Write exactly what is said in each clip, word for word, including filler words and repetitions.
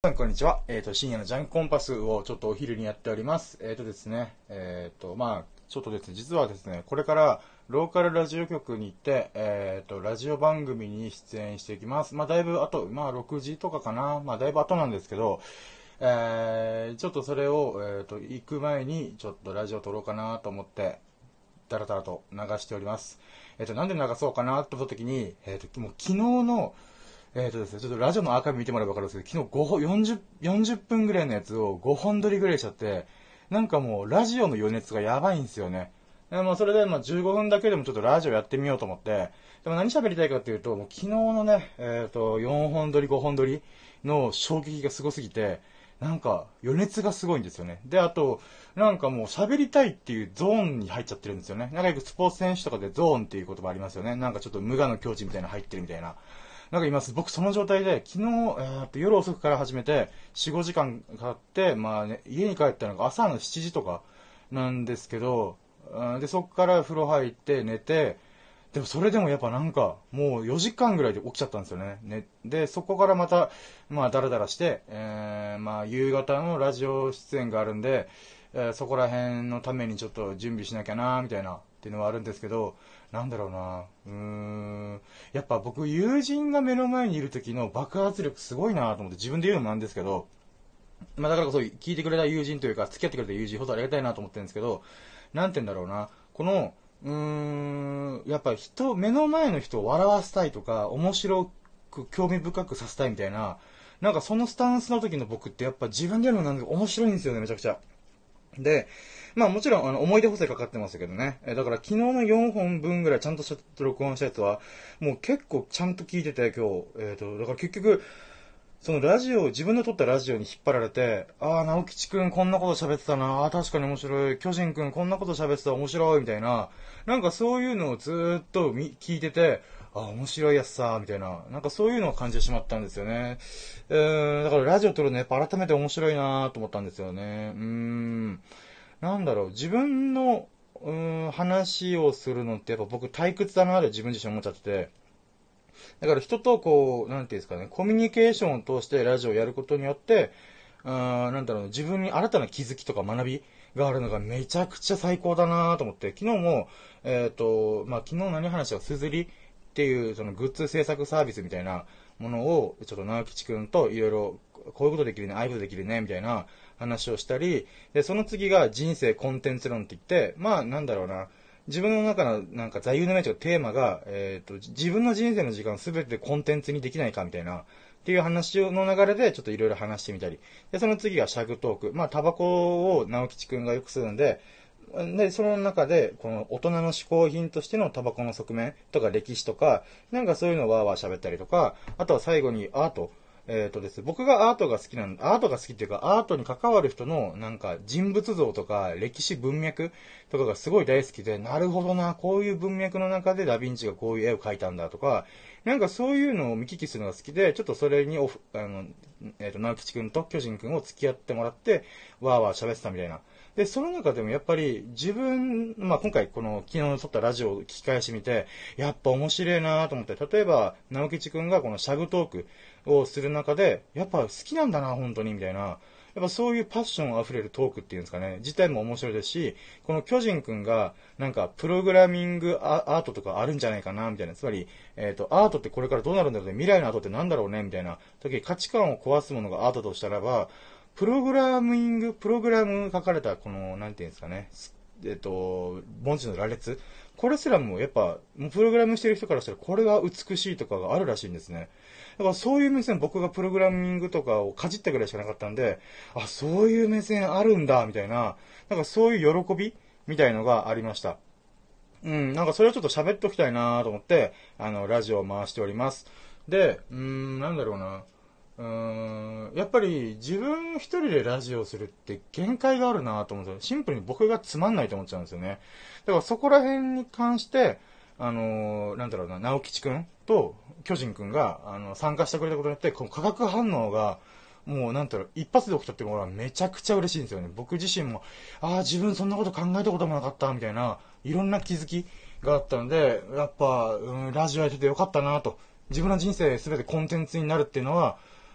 皆さんこんにちは。えっ、と、深夜のジャンクコンパスをちょっとお昼にやっております。えっ、とですね、えっ、と、まあ、ちょっとですね、実はですね、これからローカルラジオ局に行って、えっ、と、ラジオ番組に出演していきます。まあ、だいぶあと、まあ、ろくじとかかな。まあ、だいぶ後なんですけど、えー、ちょっとそれを、えっ、と、行く前に、ちょっとラジオ撮ろうかなと思って、だらだらと流しております。えっ、と、なんで流そうかなと思った時に、えっ、と、もう昨日の、えーとですね、ちょっとラジオのアーカイブ見てもらえば分かるんですけど、昨日ごほん、よんじゅう、よんじゅっぷんぐらいのやつをごほん撮りぐらいしちゃって、なんかもうラジオの余熱がやばいんですよね。えーまあそれでまあじゅうごふんだけでもちょっとラジオやってみようと思って、でも何喋りたいかっていうと、もう昨日のね、えーと、よんほん撮り、ごほん撮りの衝撃がすごすぎて、なんか余熱がすごいんですよね。で、あと、なんかもう喋りたいっていうゾーンに入っちゃってるんですよね。なんかよくスポーツ選手とかでゾーンっていう言葉ありますよね。なんかちょっと無我の境地みたいなの入ってるみたいな。なんかいます。僕その状態で、昨日、えー、と夜遅くから始めて、よん、ごじかんかかって、まあね、家に帰ったのが朝のしちじとかなんですけど、うんで、そこから風呂入って寝て、でもそれでもやっぱなんか、もうよじかんぐらいで起きちゃったんですよね。ねで、そこからまた、まあ、ダラダラして、えー、まあ、夕方のラジオ出演があるんで、えーそこら辺のためにちょっと準備しなきゃな、みたいな、っていうのはあるんですけど、なんだろうな、うーん、やっぱ僕、友人が目の前にいる時の爆発力すごいなと思って自分で言うのもなんですけど、まあだからこそ聞いてくれた友人というか、付き合ってくれた友人ほどありがたいなと思ってるんですけど、なんて言うんだろうな、この、うーん、やっぱ人、目の前の人を笑わせたいとか、面白く、興味深くさせたいみたいな、なんかそのスタンスの時の僕ってやっぱ自分でやるのなんか面白いんですよね、めちゃくちゃ。で、まあもちろんあの思い出補正かかってますけどね。えだから昨日のよんほんぶんぐらいちゃんとした録音したやつは、もう結構ちゃんと聞いてて今日。えっ、と、だから結局、そのラジオ、自分の撮ったラジオに引っ張られて、ああ、直吉くんこんなこと喋ってたな、ああ、確かに面白い、巨人くんこんなこと喋ってた面白い、みたいな、なんかそういうのをずーっとみ聞いてて、ああ、面白いやつさ、みたいな、なんかそういうのを感じてしまったんですよね。うーん、だからラジオ撮るのやっぱ改めて面白いなと思ったんですよね。うーん。なんだろう、自分の、うーん、話をするのってやっぱ僕退屈だなって自分自身思っちゃってて、だから人とこう、なんていうんですかね、コミュニケーションを通してラジオをやることによって、あーなんだろう、自分に新たな気づきとか学びがあるのがめちゃくちゃ最高だなと思って、昨日も、えっ、と、まあ、昨日何話したか、すずりっていうそのグッズ制作サービスみたいなものを、ちょっと直吉くんといろいろ、こういうことできるね、ああいうことできるね、みたいな話をしたり、で、その次が人生コンテンツ論って言って、まあ、なんだろうな、自分の中のなんか座右の銘とかテーマが、えっ、と、自分の人生の時間すべてコンテンツにできないかみたいな、っていう話の流れでちょっといろいろ話してみたり。で、その次がシャグトーク。まあ、タバコを直吉くんがよく吸うんで、で、その中で、この大人の嗜好品としてのタバコの側面とか歴史とか、なんかそういうのをわーわー喋ったりとか、あとは最後にアート。えっ、とです、僕がアートが好きなんアートが好きっていうか、アートに関わる人の、なんか人物像とか、歴史文脈とかがすごい大好きで、なるほどな、こういう文脈の中でダヴィンチがこういう絵を描いたんだとか、なんかそういうのを見聞きするのが好きで、ちょっとそれにオフ、あの、えっ、と、直吉くんと巨人くんを付き合ってもらって、わーわー喋ってたみたいな。で、その中でもやっぱり自分、まあ今回この昨日撮ったラジオを聞き返してみて、やっぱ面白いなと思って、例えば、直吉くんがこのシャグトークをする中で、やっぱ好きなんだな、本当に、みたいな。やっぱそういうパッションあふれるトークっていうんですかね、自体も面白いですし、この巨人くんが、なんか、プログラミングアートとかあるんじゃないかな、みたいな。つまり、えっ、と、アートってこれからどうなるんだろうね、未来のアートってなんだろうね、みたいな。時、価値観を壊すものがアートとしたらば、プログラミング、プログラム書かれた、この、なんていうんですかね、えっと、文字の羅列。これすらも、やっぱ、プログラムしてる人からしたら、これが美しいとかがあるらしいんですね。だからそういう目線、僕がプログラミングとかをかじったぐらいしかなかったんで、あ、そういう目線あるんだ、みたいな、なんかそういう喜びみたいのがありました。うん、なんかそれをちょっと喋っときたいなと思って、あの、ラジオを回しております。で、うーん、なんだろうな。うーん、やっぱり自分一人でラジオをするって限界があるなと思うんですよ。シンプルに僕がつまんないと思っちゃうんですよね。だからそこら辺に関して、あのー、なんだろうな、直吉くんと巨人くんが、あの、参加してくれたことによって、この化学反応が、もうなんだろう、一発で起きたっていうのはめちゃくちゃ嬉しいんですよね。僕自身も、ああ、自分そんなこと考えたこともなかった、みたいな、いろんな気づきがあったので、やっぱ、うん、ラジオやっててよかったなと。自分の人生すべてコンテンツになるっていうのは、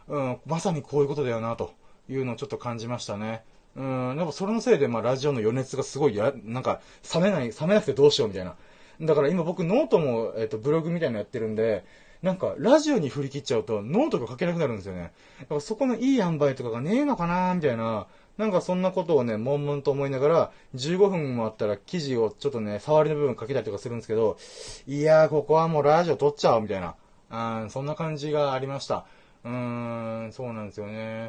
うん、まさにこういうことだよな、というのをちょっと感じましたね。うん、やっぱそれのせいで、まあ、ラジオの余熱がすごいや、なんか、冷めない、冷めなくてどうしようみたいな。だから今僕ノートも、えっと、ブログみたいなのやってるんで、なんか、ラジオに振り切っちゃうと、ノートが書けなくなるんですよね。だからそこのいい塩梅とかがねえのかなみたいな、なんかそんなことをね、悶々と思いながら、じゅうごふんもあったら記事をちょっとね、触りの部分書けたりとかするんですけど、いやー、ここはもうラジオ撮っちゃおうみたいな。あそんな感じがありました。うーん、そうなんですよね。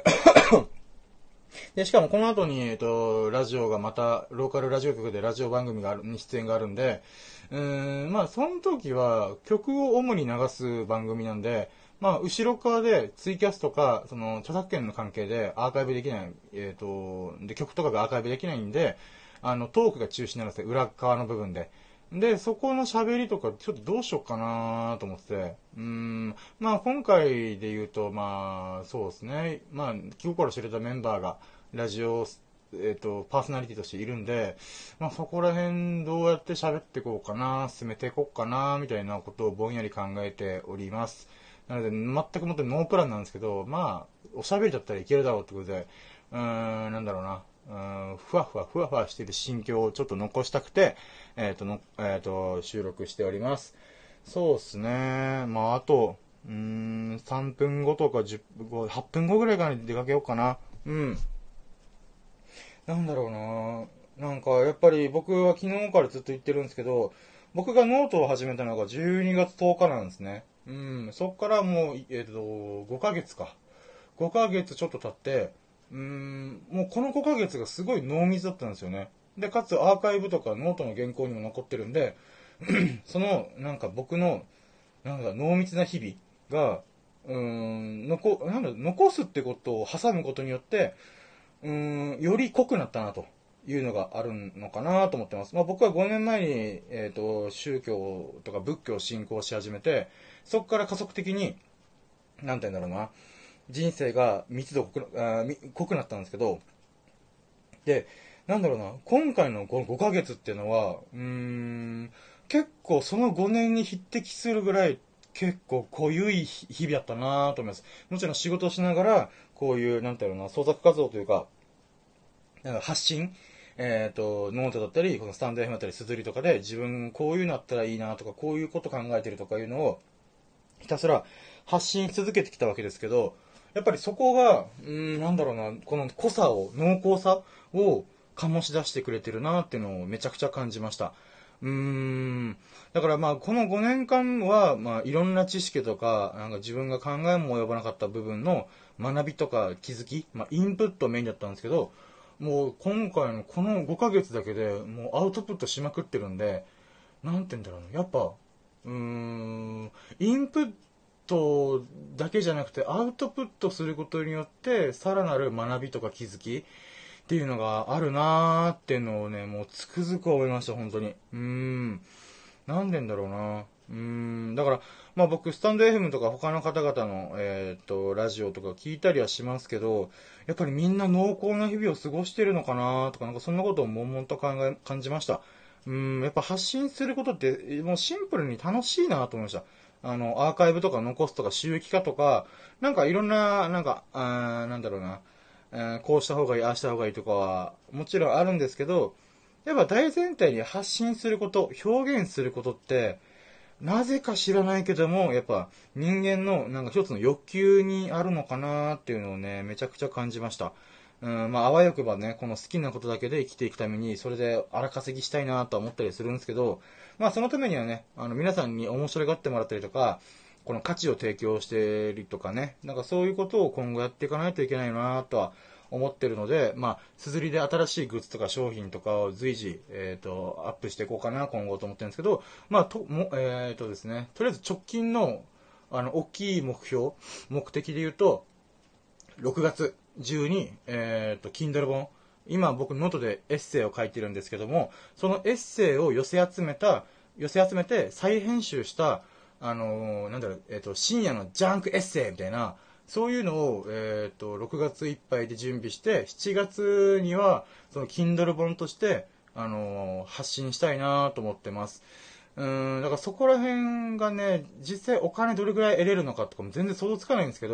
で、しかもこの後に、えっと、ラジオがまた、ローカルラジオ局でラジオ番組がある、に出演があるんで、うーん、まあ、その時は曲を主に流す番組なんで、まあ、後ろ側でツイキャスとか、その、著作権の関係でアーカイブできない、えっと、で、曲とかがアーカイブできないんで、あの、トークが中心なんですよ、裏側の部分で。で、そこの喋りとか、ちょっとどうしようかなと思ってて、うーん、まあ今回で言うと、まあ、そうですね、まあ、気心知れたメンバーが、ラジオ、えっ、と、パーソナリティとしているんで、まあそこら辺どうやって喋っていこうかな、進めていこうかな、みたいなことをぼんやり考えております。なので、全くもってノープランなんですけど、まあ、おしゃべりだったらいけるだろうってことで、うーん、なんだろうな、うーん、ふわふわふわふわしている心境をちょっと残したくて、えっ、との、えっ、と、収録しております。そうっすね。まあ、あと、うーん、さんぷんごとかじゅっぷんご、はっぷんごぐらいから出かけようかな。うん。なんだろうな。なんか、やっぱり僕は昨日からずっと言ってるんですけど、僕がノートを始めたのがじゅうにがつとおかなんですね。うん。そっからもう、えっ、と、ごかげつか。ごかげつちょっと経って、うーん、もうこのごかげつがすごい濃密だったんですよね。で、かつアーカイブとかノートの原稿にも残ってるんで、その、なんか僕の、なんか濃密な日々が、うーん、残、なんだ、残すってことを挟むことによって、うーん、より濃くなったなというのがあるのかなと思ってます。まあ僕はごねんまえに、えっ、と、宗教とか仏教を信仰し始めて、そこから加速的に、なんて言うんだろうな、人生が密度濃くあ濃くなったんですけど、で、なんだろうな、今回のこのごかげつっていうのは、うーん、結構そのごねんに匹敵するぐらい結構濃ゆい日々だったなと思います。もちろん仕事をしながら、こういう、なんていうのな、創作活動というか、なんか発信、えっ、ー、と、ノートだったり、このスタンド エフエム だったり、すずりとかで、自分こういうのあったらいいなとか、こういうこと考えてるとかいうのを、ひたすら発信し続けてきたわけですけど、やっぱりそこが、うーん、なんだろうな、この濃さを、濃厚さを醸し出してくれてるなっていうのをめちゃくちゃ感じました。うーん。だからまあ、このごねんかんは、まあ、いろんな知識とか、なんか自分が考えも及ばなかった部分の学びとか気づき、まあ、インプットメインだったんですけど、もう今回のこのごかげつだけでもうアウトプットしまくってるんで、なんて言うんだろうな。やっぱ、うーん、インプットだけじゃなくてアウトプットすることによってさらなる学びとか気づきっていうのがあるなーっていうのをね、もうつくづく思いました、本当に。うーん。なんでんだろうな。うーん。だから、まあ僕、スタンド エフエム とか他の方々の、えーっと、ラジオとか聞いたりはしますけど、やっぱりみんな濃厚な日々を過ごしてるのかなとか、なんかそんなことを悶々と考え、感じました。うーん、やっぱ発信することって、もうシンプルに楽しいなと思いました。あの、アーカイブとか残すとか収益化とか、なんかいろんな、なんか、あーなんだろうな、えーこうした方がいい、ああした方がいいとかは、もちろんあるんですけど、やっぱ大前提に発信すること、表現することって、なぜか知らないけども、やっぱ人間のなんか一つの欲求にあるのかなっていうのをね、めちゃくちゃ感じました。うん、まあ、あわよくばね、この好きなことだけで生きていくために、それで荒稼ぎしたいなと思ったりするんですけど、まあ、そのためにはね、あの、皆さんに面白がってもらったりとか、この価値を提供しているとかね、なんかそういうことを今後やっていかないといけないなとは思ってるので、まあ、すずりで新しいグッズとか商品とかを随時、えっ、と、アップしていこうかな、今後と思ってるんですけど、まあ、と、も、えっ、とですね、とりあえず直近の、あの、大きい目標、目的で言うと、ろくがつ中に、えっ、と、Kindle 本、今僕ノートでエッセイを書いてるんですけども、そのエッセイを寄せ集めた、寄せ集めて再編集した、あのーなんだろう、えっ、と、深夜のジャンクエッセイみたいな、そういうのを、えっ、と、ろくがついっぱいで準備して、しちがつには、その Kindle 本として、あのー発信したいなと思ってます。うーん、だからそこら辺がね、実際お金どれぐらい得れるのかとかも全然想像つかないんですけど、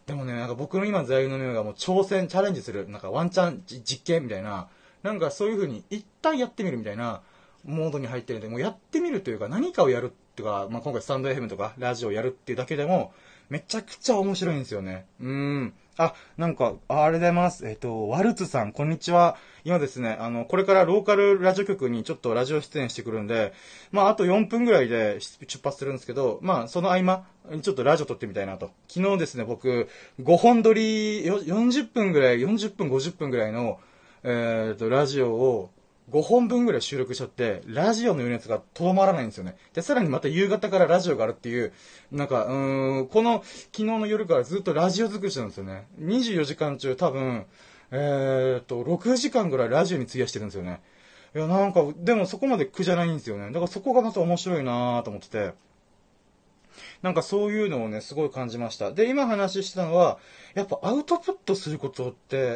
でもね、なんか僕の今座右の銘がもう挑戦、チャレンジする、なんかワンチャン実験みたいな、なんかそういう風に一旦やってみるみたいなモードに入ってるんで、もうやってみるというか何かをやるっていうか、まあ、今回スタンド エフエム とかラジオをやるっていうだけでも、めちゃくちゃ面白いんですよね。うーん。あ、なんか、あれでございます。えっと、ワルツさん、こんにちは。今ですね、あの、これからローカルラジオ局にちょっとラジオ出演してくるんで、まあ、あとよんぷんぐらいで出発するんですけど、まあ、その合間、ちょっとラジオ撮ってみたいなと。昨日ですね、僕、ごほん撮り、よよんじゅっぷんぐらい、よんじゅっぷん、ごじゅっぷんぐらいの、えっと、ラジオを、ごほんぶんぐらい収録しちゃって、ラジオの余熱がとどまらないんですよね。で、さらにまた夕方からラジオがあるっていう、なんか、うーん、この昨日の夜からずっとラジオ作りしてるんですよね。にじゅうよじかん中多分、えーっと、ろくじかんぐらいラジオに費やしてるんですよね。いや、なんか、でもそこまで苦じゃないんですよね。だからそこがまた面白いなーと思ってて。なんかそういうのをね、すごい感じました。で、今話したのは、やっぱアウトプットすることって、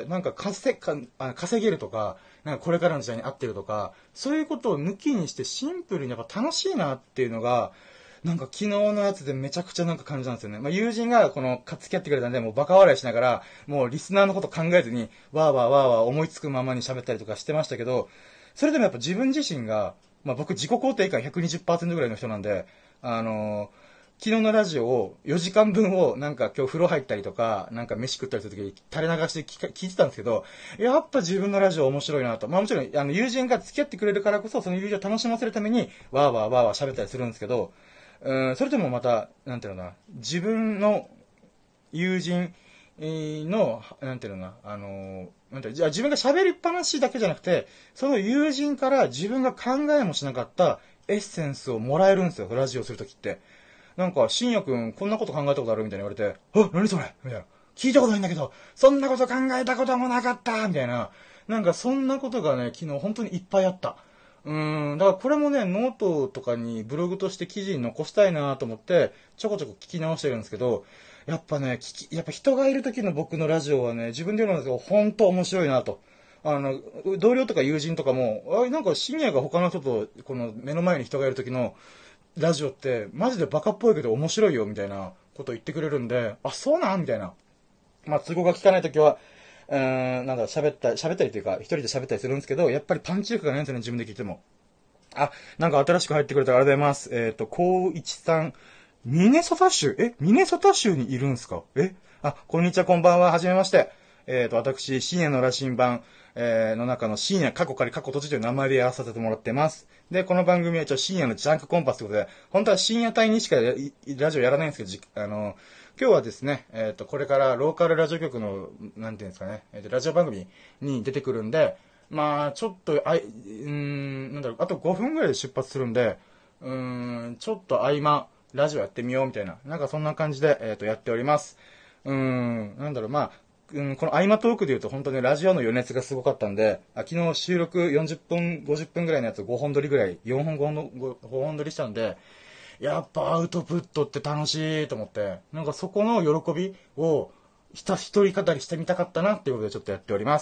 なんか稼かあ稼げるとか、なんかこれからの時代に合ってるとか、そういうことを抜きにしてシンプルにやっぱ楽しいなっていうのが、なんか昨日のやつでめちゃくちゃなんか感じたんですよね。まあ友人がこの、かつき合ってくれたんで、もうバカ笑いしながら、もうリスナーのこと考えずに、わーわーわーわー思いつくままに喋ったりとかしてましたけど、それでもやっぱ自分自身が、まあ僕自己肯定感ひゃくにじゅっパーセントぐらいの人なんで、あのー昨日のラジオをよじかんぶんをなんか今日風呂入ったりとか、なんか飯食ったりするときに垂れ流して聞聞いてたんですけど、やっぱ自分のラジオ面白いなと。まあもちろん、あの友人が付き合ってくれるからこそ、その友人を楽しませるために、わーわーわーわー喋ったりするんですけど、うん、それでもまた、なんていうのかな、自分の友人の、なんていうのかな、あの、なんていうの、じゃあ自分が喋りっぱなしだけじゃなくて、その友人から自分が考えもしなかったエッセンスをもらえるんですよ、ラジオするときって。なんか、深夜くん、こんなこと考えたことあるみたいに言われて、あ、何それみたいな。聞いたことないんだけど、そんなこと考えたこともなかったみたいな。なんか、そんなことがね、昨日本当にいっぱいあった。うーん、だからこれもね、ノートとかにブログとして記事に残したいなと思って、ちょこちょこ聞き直してるんですけど、やっぱね、聞き、やっぱ人がいる時の僕のラジオはね、自分で言うのですけど、本当面白いなと。あの、同僚とか友人とかも、あ、なんか深夜が他の人と、この目の前に人がいる時の、ラジオってマジでバカっぽいけど面白いよみたいなこと言ってくれるんで、あ、そうなんみたいな。まあ、都合が効かないときは、うーん、なんか喋ったり、喋ったりというか、一人で喋ったりするんですけど、やっぱりパンチ力がないんですよね、自分で聞いても。あ、なんか新しく入ってくれてありがとうございます。えっ、と、こういちさん、ミネソタ州えミネソタ州にいるんすかえあ、こんにちは、こんばんは、はじめまして。えっ、と、私、深夜の羅針盤、えー、の中の深夜、過去仮過去閉じという名前でやらさせてもらってます。で、この番組は一応深夜のジャンクコンパスということで、本当は深夜帯にしかラジオやらないんですけど、じあの、今日はですね、えっ、と、これからローカルラジオ局の、なんていうんですかね、えっ、と、ラジオ番組に出てくるんで、まあ、ちょっと、あい、うーん、なんだろう、あとごふんぐらいで出発するんで、うーん、ちょっと合間、ラジオやってみようみたいな、なんかそんな感じで、えっ、と、やっております。うーん、なんだろう、まあ、うん、この合間トークで言うと本当にラジオの余熱がすごかったんで、あ昨日収録よんじゅっぷん、ごじゅっぷんぐらいのやつごほん撮りぐらい、よんほん、ごほん撮りしたんで、やっぱアウトプットって楽しいと思って、なんかそこの喜びをひた一人語りしてみたかったなっていうことでちょっとやっております。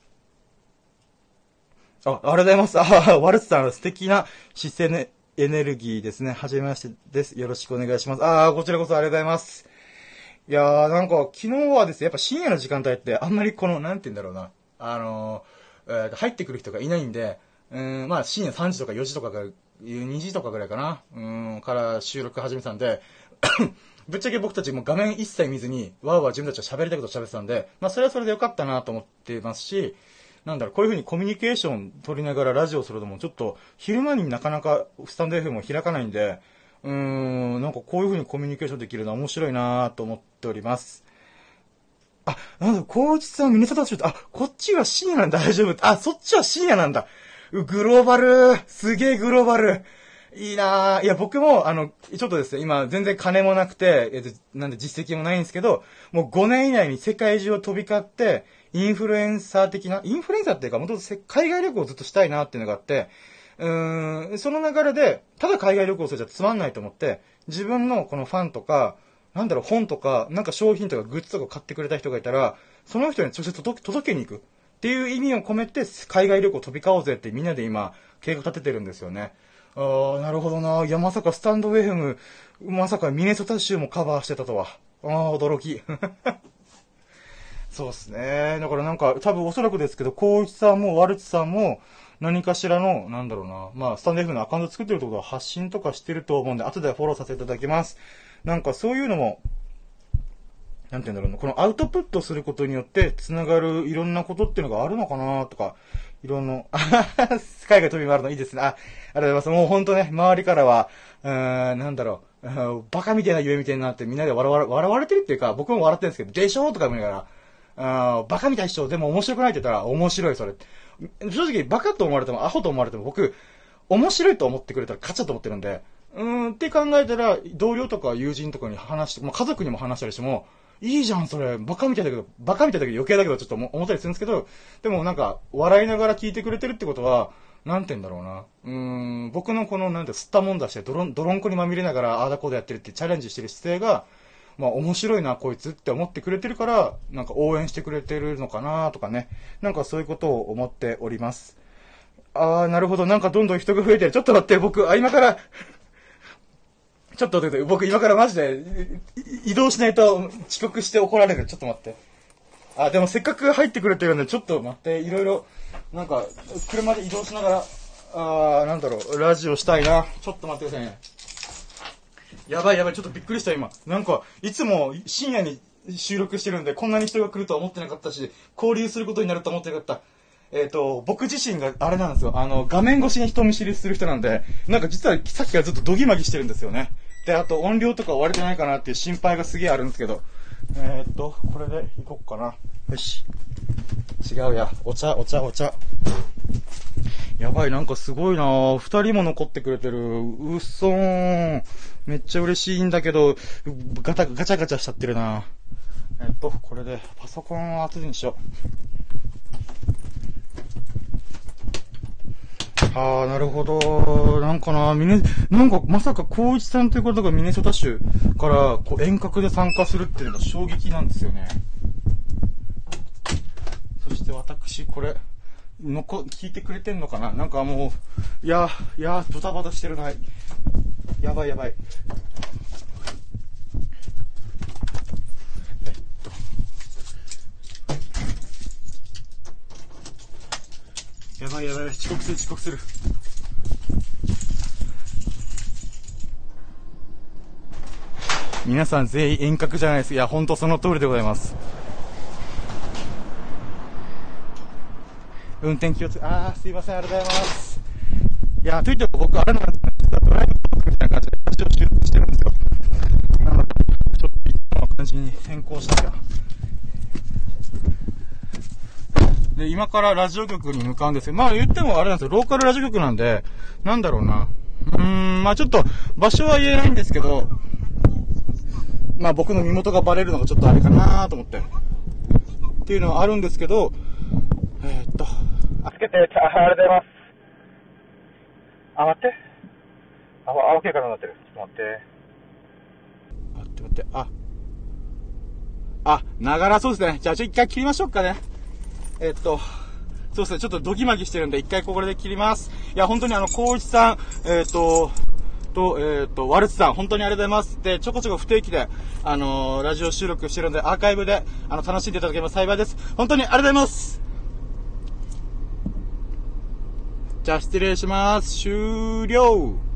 あ、ありがとうございます。あ、ワルツさん、素敵な姿勢ね、エネルギーですね。はじめましてです。よろしくお願いします。ああ、こちらこそありがとうございます。いやー、なんか、昨日はですね、やっぱ深夜の時間帯って、あんまりこの、なんて言うんだろうな、あのー、えー、入ってくる人がいないんで、うーん、まあ、深夜さんじとかよじとかが、にじとかぐらいかな、うーん、から収録始めてたんで、ぶっちゃけ僕たちも画面一切見ずに、わーわー自分たちは喋りたいこと喋ってたんで、まあ、それはそれでよかったなと思ってますし、なんだろう、こういう風にコミュニケーション取りながらラジオをするのも、ちょっと、昼間になかなかスタンド エフエム も開かないんで、うーん、なんかこういう風にコミュニケーションできるのは面白いなと思っております。あ、なんだ、コーチさん、ミネソタ州って、あ、こっちは深夜なんだ、大丈夫。あ、そっちは深夜なんだ。グローバルすげえグローバルいいなぁ。いや、僕も、あの、ちょっとですね、今、全然金もなくて、えっと、なんで実績もないんですけど、もうごねん以内に世界中を飛び交って、インフルエンサー的な、インフルエンサーっていうか、もともと海外旅行をずっとしたいなっていうのがあって、うーん、その流れで、ただ海外旅行するじゃつまんないと思って、自分のこのファンとか、なんだろう、本とか、なんか商品とかグッズとか買ってくれた人がいたら、その人に直接届け届けに行くっていう意味を込めて、海外旅行飛び交おうぜってみんなで今、計画立ててるんですよね。ああ、なるほどな。いや、まさかスタンドウェフム、まさかミネソタ州もカバーしてたとは。 ああ、驚き。そうですね。だからなんか、多分おそらくですけど、光一さんもワルツさんも、何かしらの、なんだろうな、まあ、スタンド F のアカウント作ってるってことは発信とかしてると思うんで、後でフォローさせていただきます。なんかそういうのも、なんて言うんだろうな、このアウトプットすることによって、繋がるいろんなことっていうのがあるのかなとか、いろんな、あはは、海外飛び回るのいいですね。あ、ありがとうございます。もうほんとね、周りからは、うーん、なんだろう、バカみたいな夢みたいになってみんなで笑われ、笑われてるっていうか、僕も笑ってるんですけど、でしょとか見ながら、あバカみたいっしょ、でも面白くないって言ったら、面白いそれ。正直、バカと思われても、アホと思われても、僕、面白いと思ってくれたら勝ちだと思ってるんで、うーん、って考えたら、同僚とか友人とかに話して、まあ、家族にも話したりしても、いいじゃん、それ。バカみたいだけど、バカみたいだけど余計だけど、ちょっと思ったりするんですけど、でもなんか、笑いながら聞いてくれてるってことは、なんて言うんだろうな。うーん、僕のこの、なんて、吸ったもんだして、ドロン、ドロンコにまみれながら、ああだこうだやってるってチャレンジしてる姿勢が、まあ、面白いな、こいつって思ってくれてるから、なんか応援してくれてるのかなとかね。なんかそういうことを思っております。あー、なるほど。なんかどんどん人が増えてる。ちょっと待って、僕、あ、今から、ちょっと待って、僕今からマジで移動しないと遅刻して怒られる。ちょっと待って。あ、でもせっかく入ってくれてるんで、ちょっと待って、いろいろ、なんか、車で移動しながら、あー、なんだろう、ラジオしたいな。ちょっと待ってくださいね。やばいやばい、ちょっとびっくりした今。なんか、いつも深夜に収録してるんで、こんなに人が来るとは思ってなかったし、交流することになると思ってなかった。えっと、僕自身があれなんですよ。あの、画面越しに人見知りする人なんで、なんか実はさっきからずっとドギマギしてるんですよね。で、あと音量とか割れてないかなっていう心配がすげえあるんですけど。えー、っと、これでいこっかな。よし。違うや。お茶、お茶、お茶。やばい、なんかすごいなぁ。二人も残ってくれてる。うっそーん。めっちゃ嬉しいんだけど、ガタ、ガチャガチャしちゃってるな。えっと、これで、パソコンを後にしよう。ああ、なるほど。なんかな、ミネ、なんかまさか光一さんという方がミネソタ州からこう遠隔で参加するっていうのが衝撃なんですよね。そして私、これ、のこ、聞いてくれてんのかななんかもう、いや、いや、ドタバタしてるな。やばいやばい。えっと。やばいやばい、遅刻する遅刻する。皆さん全員遠隔じゃないです。いや、ほんとその通りでございます。運転気をつけ、あー、すいません、ありがとうございます。いや、といっても僕、あれなんですね、実はドライブトークみたいな感じでラジオ収録してるんですよ。なので、ちょっといつもの感じに変更したきゃ。で、今からラジオ局に向かうんですけど、まあ言ってもあれなんですよ、ローカルラジオ局なんで、なんだろうな。うーん、まあちょっと、場所は言えないんですけど、まあ僕の身元がバレるのがちょっとあれかなと思って。っていうのはあるんですけど、えー、っと、あ、つけて、ありがとうございます。あ、待って。あ、あ、OK からなってる。ちょっと待って。待って待って、あ。あ、ながらそうですね。じゃあ、ちょ、一回切りましょうかね。えー、っと、そうですね。ちょっとドギマギしてるんで、一回ここで切ります。いや、本当にあの、光一さん、えー、っと、と、えっと、ワルツさん、本当にありがとうございます。で、ちょこちょこ不定期で、あのー、ラジオ収録してるんで、アーカイブで、あの、楽しんでいただければ幸いです。本当にありがとうございます。じゃあ、失礼します。終了。